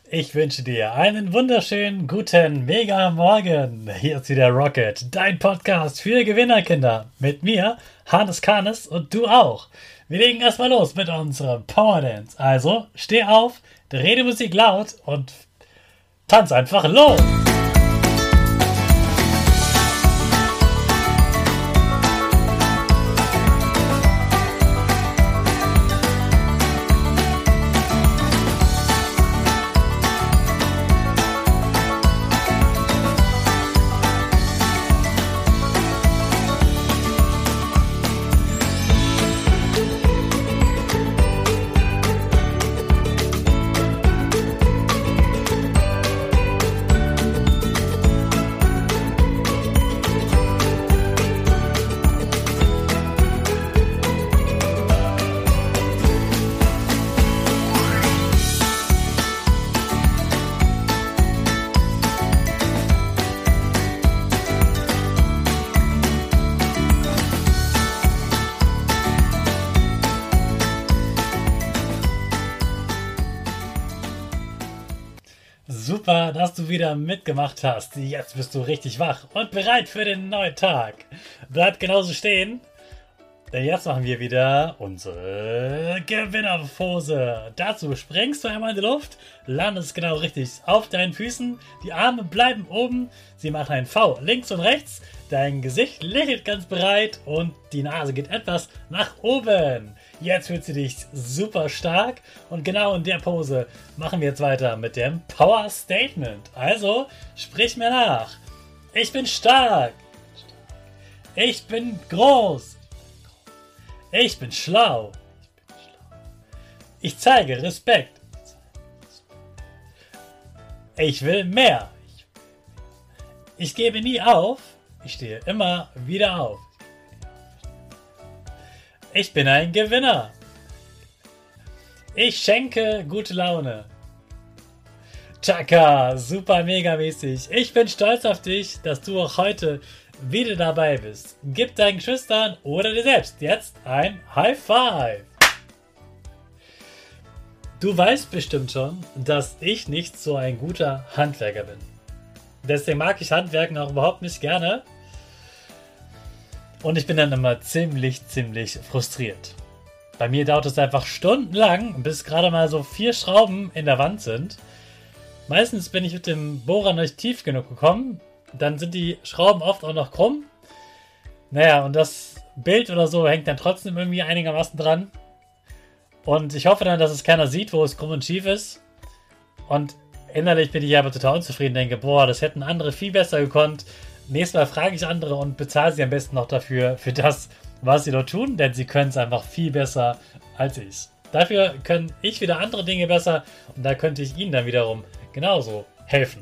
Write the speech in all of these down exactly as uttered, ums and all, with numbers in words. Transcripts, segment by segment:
Ich wünsche dir einen wunderschönen guten Mega Morgen. Hier ist wieder Rocket, dein Podcast für Gewinnerkinder. Mit mir, Hannes Karnes, und du auch. Wir legen erstmal los mit unserem Power Dance. Also steh auf, dreh die Musik laut und tanz einfach los. Super, dass du wieder mitgemacht hast. Jetzt bist du richtig wach und bereit für den neuen Tag. Bleib genauso stehen, denn jetzt machen wir wieder unsere Gewinnerpose. Dazu springst du einmal in die Luft, landest genau richtig auf deinen Füßen, die Arme bleiben oben, sie machen ein V links und rechts, dein Gesicht lächelt ganz breit und die Nase geht etwas nach oben. Jetzt fühlst du dich super stark und genau in der Pose machen wir jetzt weiter mit dem Power Statement. Also sprich mir nach. Ich bin stark. Ich bin groß. Ich bin schlau. Ich zeige Respekt. Ich will mehr. Ich gebe nie auf. Ich stehe immer wieder auf. Ich bin ein Gewinner. Ich schenke gute Laune. Chaka, super mega mäßig. Ich bin stolz auf dich, dass du auch heute wieder dabei bist. Gib deinen Geschwistern oder dir selbst jetzt ein High Five. Du weißt bestimmt schon, dass ich nicht so ein guter Handwerker bin. Deswegen mag ich Handwerken auch überhaupt nicht gerne. Und ich bin dann immer ziemlich, ziemlich frustriert. Bei mir dauert es einfach stundenlang, bis gerade mal so vier Schrauben in der Wand sind. Meistens bin ich mit dem Bohrer nicht tief genug gekommen. Dann sind die Schrauben oft auch noch krumm. Naja, und das Bild oder so hängt dann trotzdem irgendwie einigermaßen dran. Und ich hoffe dann, dass es keiner sieht, wo es krumm und schief ist. Und innerlich bin ich aber total unzufrieden. Denke, boah, das hätten andere viel besser gekonnt. Nächstes Mal frage ich andere und bezahle sie am besten noch dafür, für das, was sie dort tun, denn sie können es einfach viel besser als ich. Dafür können ich wieder andere Dinge besser und da könnte ich ihnen dann wiederum genauso helfen.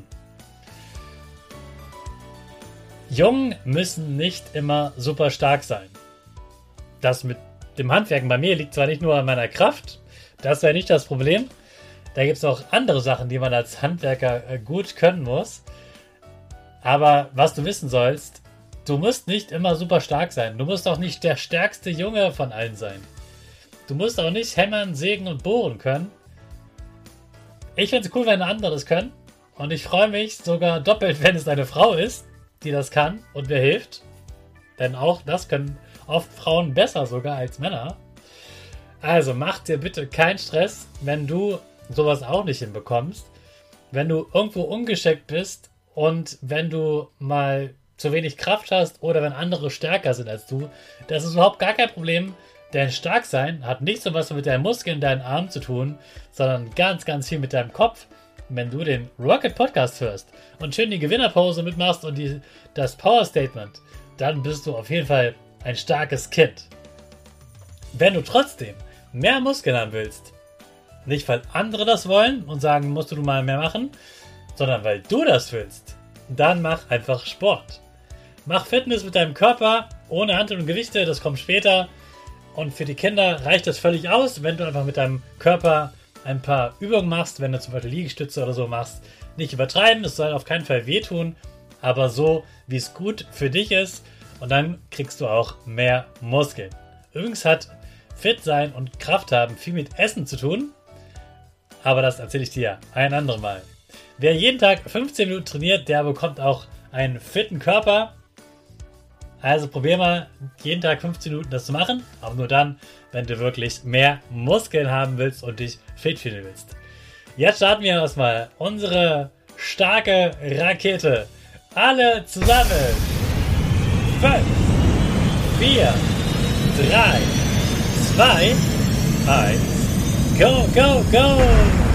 Jungen müssen nicht immer super stark sein. Das mit dem Handwerken bei mir liegt zwar nicht nur an meiner Kraft, das wäre nicht das Problem. Da gibt es auch andere Sachen, die man als Handwerker gut können muss. Aber was du wissen sollst, du musst nicht immer super stark sein. Du musst auch nicht der stärkste Junge von allen sein. Du musst auch nicht hämmern, sägen und bohren können. Ich finde es cool, wenn andere das können. Und ich freue mich sogar doppelt, wenn es eine Frau ist, die das kann und mir hilft. Denn auch das können oft Frauen besser sogar als Männer. Also mach dir bitte keinen Stress, wenn du sowas auch nicht hinbekommst. Wenn du irgendwo ungeschickt bist, und wenn du mal zu wenig Kraft hast oder wenn andere stärker sind als du, das ist überhaupt gar kein Problem, denn stark sein hat nicht so was mit deinen Muskeln, deinen Armen zu tun, sondern ganz, ganz viel mit deinem Kopf. Wenn du den Rocket Podcast hörst und schön die Gewinnerpose mitmachst und die, das Power Statement, dann bist du auf jeden Fall ein starkes Kind. Wenn du trotzdem mehr Muskeln haben willst, nicht weil andere das wollen und sagen, musst du mal mehr machen, sondern weil du das willst, dann mach einfach Sport. Mach Fitness mit deinem Körper, ohne Hanteln und Gewichte, das kommt später. Und für die Kinder reicht das völlig aus, wenn du einfach mit deinem Körper ein paar Übungen machst, wenn du zum Beispiel Liegestütze oder so machst. Nicht übertreiben, es soll auf keinen Fall wehtun, aber so, wie es gut für dich ist. Und dann kriegst du auch mehr Muskeln. Übrigens hat fit sein und Kraft haben viel mit Essen zu tun. aber das erzähle ich dir ein anderes Mal. Wer jeden Tag fünfzehn Minuten trainiert, der bekommt auch einen fitten Körper. Also probier mal jeden Tag fünfzehn Minuten das zu machen, aber nur dann, wenn du wirklich mehr Muskeln haben willst und dich fit fühlen willst. Jetzt starten wir erstmal unsere starke Rakete. Alle zusammen. fünf, vier, drei, zwei, eins, go, go, go!